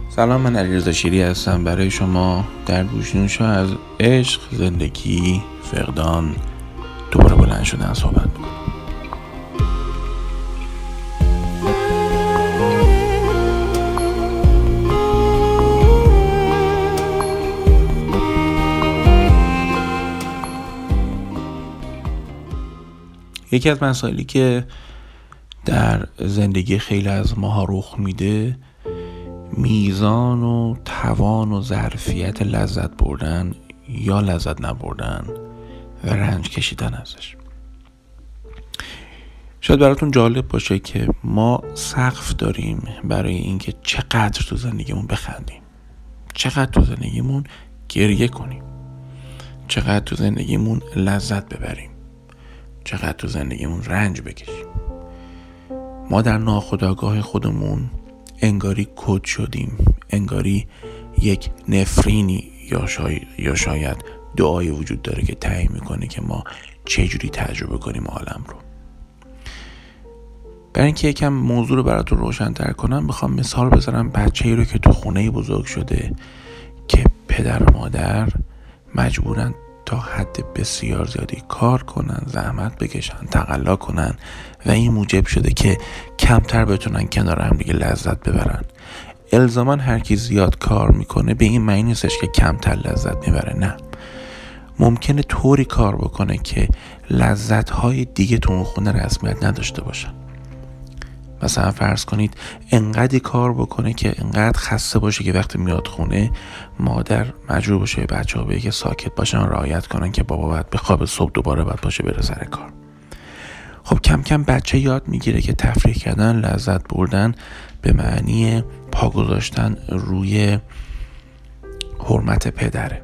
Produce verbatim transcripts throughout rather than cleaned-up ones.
سلام، من علیرضا شیری هستم. برای شما در گوشنوشا از عشق، زندگی، فقدان، دوباره بلند شدن صحبت میکنم. یکی از مسائلی که در زندگی خیلی از ماها رخ میده میزان و توان و ظرفیت لذت بردن یا لذت نبردن و رنج کشیدن ازش. شاید براتون جالب باشه که ما سقف داریم برای اینکه چقدر تو زندگیمون بخندیم، چقدر تو زندگیمون گریه کنیم، چقدر تو زندگیمون لذت ببریم، چقدر تو زندگیمون رنج بکشیم. ما در ناخودآگاه خودمون انگاری کد شدیم، انگاری یک نفرینی یا شاید, یا شاید دعایی وجود داره که تعیین میکنه که ما چجوری تجربه کنیم عالم رو. برای اینکه یکم موضوع رو براتون روشن‌تر کنم میخوام مثال بزنم بچه‌ای رو که تو خونه بزرگ شده که پدر و مادر مجبورن تا حد بسیار زیادی کار کنن، زحمت بکشن، تقلا کنن و این موجب شده که کمتر بتونن کنار هم دیگه لذت ببرن. الزاما هر کی زیاد کار میکنه به این معنی نیستش که کمتر لذت میبره، نه، ممکنه طوری کار بکنه که لذت‌های دیگه تو اون خونه رسمیت نداشته باشن. مثلا فرض کنید انقدری کار بکنه که انقدر خسته باشه که وقتی میاد خونه مادر مجبور باشه بچه‌ها بگه که ساکت باشن، رعایت کنن که بابا باید بخوابه، صبح دوباره باید باشه بره سر کار. خب کم کم بچه یاد میگیره که تفریح کردن، لذت بردن به معنی پا گذاشتن روی حرمت پدره.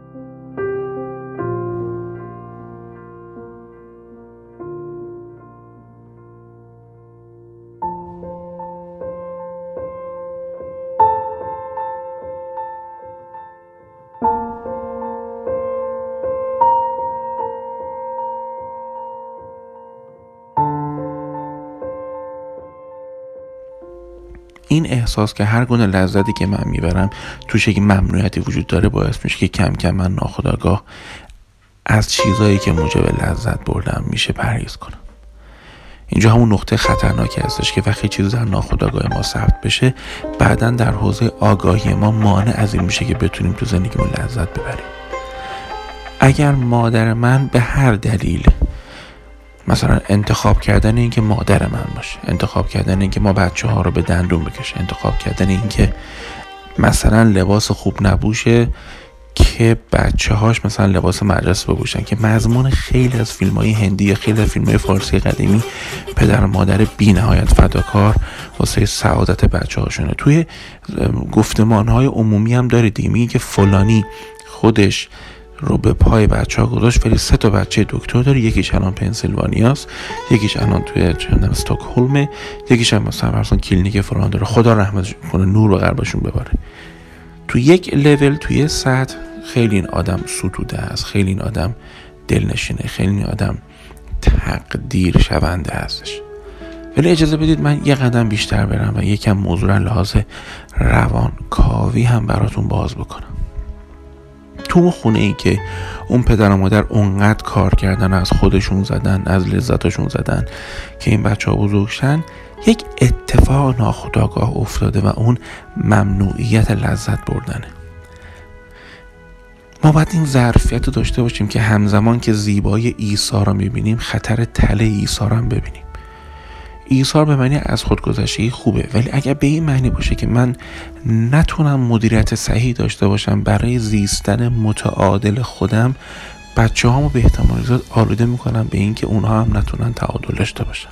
این احساس که هر گونه لذتی که من میبرم توش یک ممنوعیتی وجود داره باعث میشه که کم کم من ناخودآگاه از چیزایی که موجب لذت بردم میشه پرهیز کنم. اینجا همون نقطه خطرناکی هستش که وقتی چیز در ناخودآگاه ما ثبت بشه بعداً در حوزه آگاهی ما مانع از این میشه که بتونیم تو زندگیمون لذت ببریم. اگر مادر من به هر دلیل، مثلا انتخاب کردن این که مادر من باشه، انتخاب کردن این که ما بچه ها رو به دندون بکشه، انتخاب کردن این که مثلا لباس خوب نبوشه که بچه هاش مثلا لباس مدرسه بپوشن، که مضمون خیلی از فیلم های هندی یا خیلی از فیلم های فارسی قدیمی پدر و مادر بی نهایت فداکار واسه سعادت بچه هاشونه. توی گفتمان های عمومی هم داره دیگه، میگه که فلانی خودش رو به پای بچه ها گذاشت ولی سه تا بچه دکتر داره، یکیش الان پنسیلوانیاست، یکیش الان توی چندم استکهلم، یکیش هم مثلا فرضاً کلینیک فلان داره. خدا رحمتش کنه، نور به قلبشون بباره. تو یک لول، توی سطح خیلی این آدم ستوده است، خیلی این آدم دلنشینه، خیلی این آدم تقدیر شونده هستش. ولی اجازه بدید من یه قدم بیشتر برم و یکم موضوع را لحاظ روان کاوی هم براتون باز بکنم. تو خونه ای که اون پدر و مادر اونقدر کار کردن، از خودشون زدن، از لذتشون زدن که این بچه ها بزرگ شن، یک اتفاق ناخودآگاه افتاده و اون ممنوعیت لذت بردنه. ما باید این ظرفیت رو داشته باشیم که همزمان که زیبایی عیسی رو میبینیم خطر تله عیسی رو هم ببینیم. ایثار به معنی از خودگذشتگی خوبه، ولی اگر به این معنی باشه که من نتونم مدیریت صحیح داشته باشم برای زیستن متعادل خودم، بچه هامو به احتمال زیاد آلوده میکنم به این که اونها هم نتونن تعادل داشته باشن.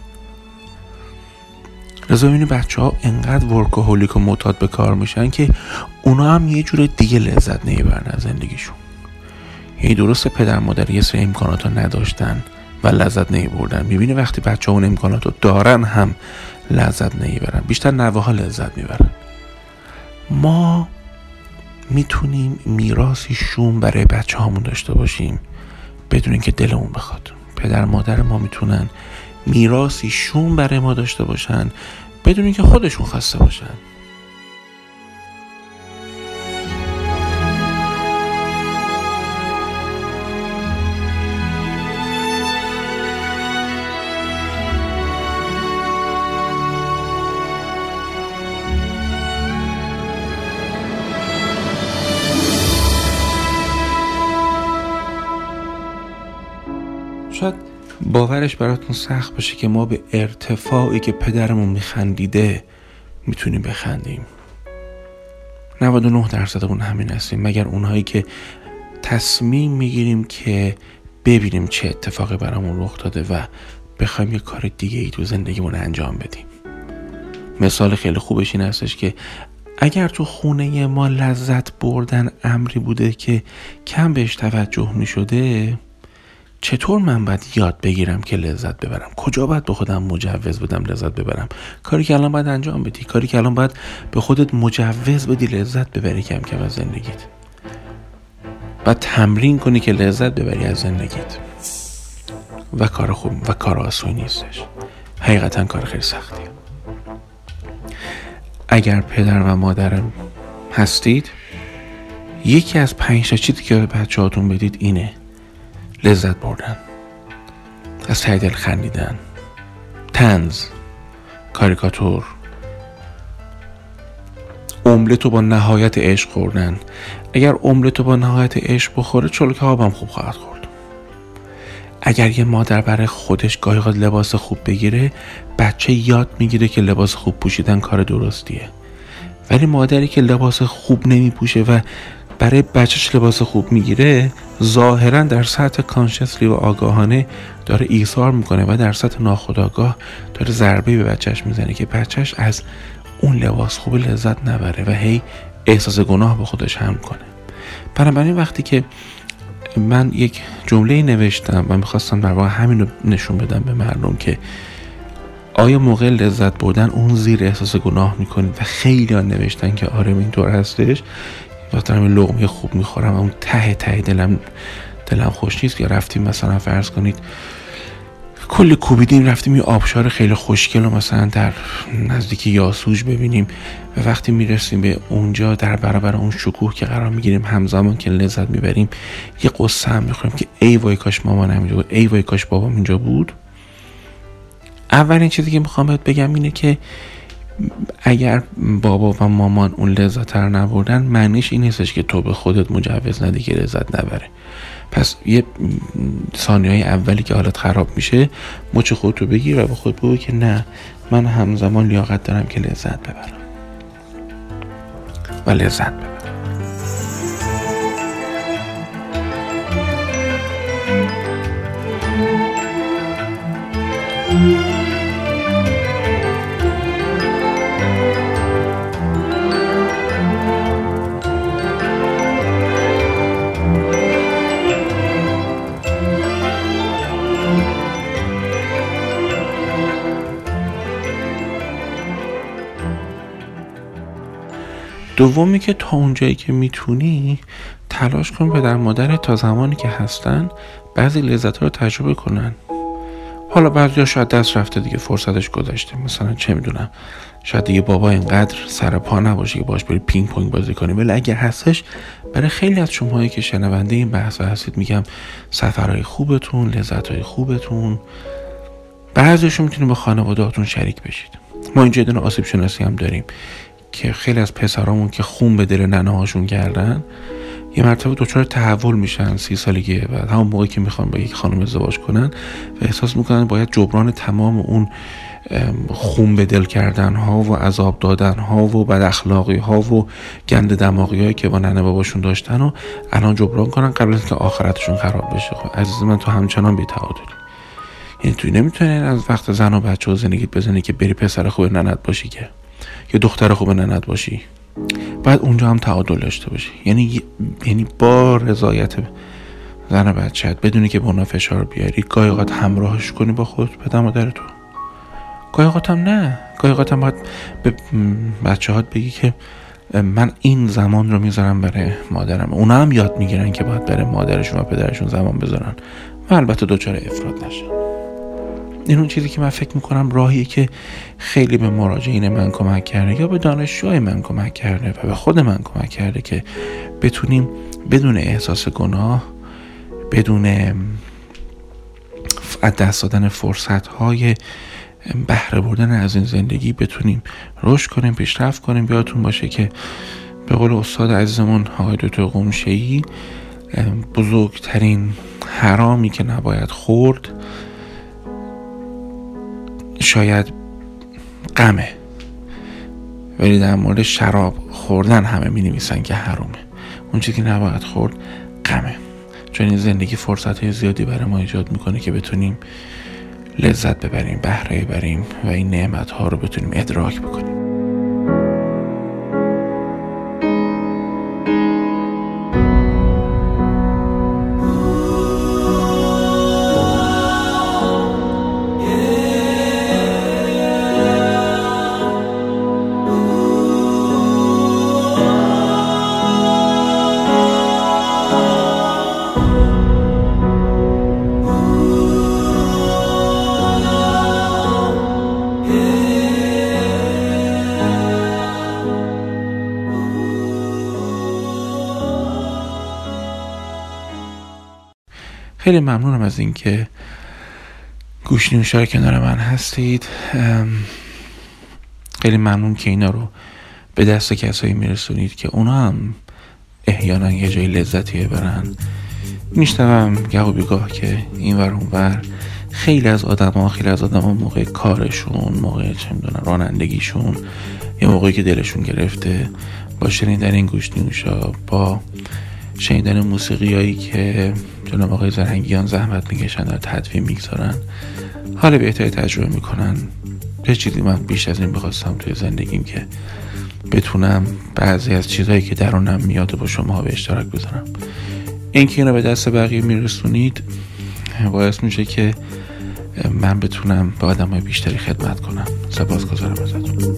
لذا ببینید بچه ها انقدر ورکوهولیک و معتاد به کار میشن که اونها هم یه جور دیگه لذت نمیبرن از زندگیشون. یعنی درسته پدر مادر یه سری امکانات رو نداشتن و لذت نمیبردن، میبینی وقتی بچه ها اون امکانات رو دارن هم لذت نمیبرن، بیشتر نوه ها لذت میبرن. ما میتونیم میراثی شوم برای بچه هامون داشته باشیم بدون اینکه دلمون بخواد. پدر مادر ما میتونن میراثی شوم برای ما داشته باشن بدون اینکه خودشون خواسته باشن. شاید باورش براتون سخت باشه که ما به ارتفاعی که پدرمون میخندیده میتونیم بخندیم. نود و نه درصدمون همین هستیم، مگر اونهایی که تصمیم میگیریم که ببینیم چه اتفاقی برامون رخ داده و بخوایم یه کار دیگه ای تو زندگیمون انجام بدیم. مثال خیلی خوبش این هستش که اگر تو خونه ما لذت بردن امری بوده که کم بهش توجه می شده، چطور من باید یاد بگیرم که لذت ببرم؟ کجا باید به خودم مجوز بدم لذت ببرم؟ کاری که الان باید انجام بدی، کاری که الان باید به خودت مجوز بدی لذت ببری کم کم از زندگیت. باید تمرین کنی که لذت ببری از زندگیت. و کار خوب و کار آسونی نیستش، حقیقتا کار خیلی سختیه. اگر پدر و مادرم هستید، یکی از پنج تا چیزی که به بچه هاتون بدید اینه: لذت بردن، از ته دل خندیدن، طنز، کاریکاتور، املتو با نهایت عشق خوردن. اگر املتو با نهایت عشق بخوره چلوک آبم خوب خواهد خورد. اگر یه مادر برای خودش گاهی اوقات لباس خوب بگیره، بچه یاد میگیره که لباس خوب پوشیدن کار درستیه. ولی مادری که لباس خوب نمی پوشه و برای بچهش لباس خوب میگیره، ظاهرا در سطح کانشسلی و آگاهانه داره ایثار میکنه و در سطح ناخودآگاه داره ضربه به بچهش میزنه که بچهش از اون لباس خوب لذت نبره و هی احساس گناه به خودش حمل کنه. بنابراین وقتی که من یک جمله نوشتم و میخواستم در واقع همین رو نشون بدم به مردم که آیا موقع لذت بردن اون زیر احساس گناه میکنید؟ و خیلی ها نوشتن که آره اینطور هستش. وقتی دارم لقمه خوب میخورم اون ته ته دلم دلم خوش نیست. یا رفتیم مثلا فرض کنید کلی کوبیدیم، رفتیم یه آبشار خیلی خوشگل و مثلا در نزدیک یاسوج ببینیم و وقتی میرسیم به اونجا در برابر اون شکوه که قرار میگیریم همزمان که لذت میبریم یه قصه هم میخوریم که ای وای کاش مامان اینجا بود، ای وای کاش بابام اینجا بود. اولین چیزی که میخوام بهت بگم اینه که اگر بابا و مامان اون لذت رو نبردن، معنیش این نیستش که تو به خودت مجوز ندی که لذت نبره. پس یه ثانیه‌های اولی که حالت خراب میشه مچ خودتو بگیر و به خود بگو که نه، من همزمان لیاقت دارم که لذت ببرم و لذت ببرم. دومی که تا اونجایی که میتونی تلاش کن پدر مادر تا زمانی که هستن بعضی لذت‌ها رو تجربه کنن. حالا بعضیا شاید دست رفته دیگه، فرصتش گذشته، مثلا چه میدونم شاید دیگه بابا اینقدر سر پا نباشه که باش بری پینگ پونگ بازی کنی. ولی اگه هستش، برای خیلی از شماهایی که شنونده این بحث هستید میگم سفرهای خوبتون، لذت‌های خوبتون، بعضیشون میتونید با خانواده‌هاتون شریک بشید. ما اینجا یه دونه آسیب شناسی هم داریم که خیلی از پسرامون که خون به دل ننه‌هاشون کردن یه مرتبه دچار تحول میشن سی سالگی بعد، همون موقعی که میخوان با یک خانم ازدواج کنن و احساس میکنن باید جبران تمام اون خون به دل کردن ها و عذاب دادن ها و بد اخلاقی ها و گند دماغی هایی که با ننه باباشون داشتن و الان جبران کنن قبل از اینکه آخرتشون خراب بشه. خب عزیز من، تو همچنان بی تعادلی، یعنی توی نمیتونی از وقت زن و بچه و زندگیت بزنی که بری پسر خوب ننت باشی که یا دختر خوب ننت باشی. باید اونجا هم تعادل داشته باشی، یعنی یعنی با رضایت زن و بچه‌ت بدونی که به اونا فشار بیاری. گاهی اوقات همراهش کنی با خود پدر مادر تو، گاهی اوقات هم نه. گاهی اوقات هم باید به بچه‌هات بگی که من این زمان رو میذارم برای مادرم. اونا هم یاد میگیرن که باید برای مادرشون و پدرشون زمان بذارن و البته دوچار افراط نشن. این اون چیزی که من فکر میکنم راهیه که خیلی به مراجعین من کمک کرده یا به دانشجوهای من کمک کرده و به خود من کمک کرده که بتونیم بدون احساس گناه، بدون از دست دادن فرصت‌های بهره بردن از این زندگی بتونیم رشد کنیم، پیشرفت کنیم. یادتون باشه که به قول استاد عزیزمون آقای دکتر قمشه‌ای، بزرگترین حرامی که نباید خورد شاید غمه، ولی در مورد شراب خوردن همه می نویسن که حرومه. اون چیزی که نباید خورد غمه، چون این زندگی فرصت های زیادی برای ما ایجاد میکنه که بتونیم لذت ببریم، بهره ببریم و این نعمت ها رو بتونیم ادراک بکنیم. خیلی ممنونم از اینکه گوش نوشای کنار من هستید. خیلی ممنون که اینا رو به دست کسایی میرسونید که اونا هم احیانا یه جای لذتی ببرن. میشنوم گه و بیگاه که این ور اون ور خیلی از آدم ها خیلی از آدم ها موقع کارشون، موقع چه میدونم رانندگیشون، یه موقعی که دلشون گرفته، با شنیدن این گوش نوشا، با شنیدن موسیقی هایی که جناب آقای زرنگیان زحمت میکشن در تدوین میگذارن، حال بهتری تجربه میکنن. یه چیزی من بیش از این بخواستم توی زندگیم که بتونم بعضی از چیزهایی که درونم میاد با شما به اشتراک بذارم. این که اینو به دست بقیه میرسونید باعث میشه که من بتونم به آدمای بیشتری خدمت کنم. سپاسگزارم ازتون.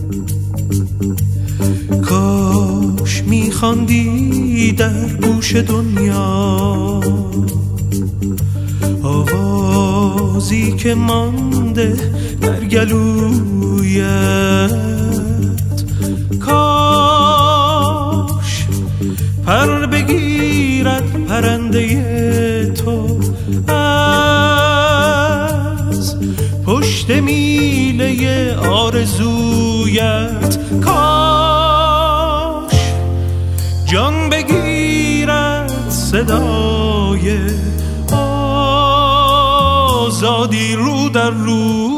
کاش میخواندی در گوش دنیا آوازی که مانده در گلویت، کاش پر بگیرد پرنده تو از پشت میله آرزویت، کاش جان بگیرد صدای آزادی رو در رو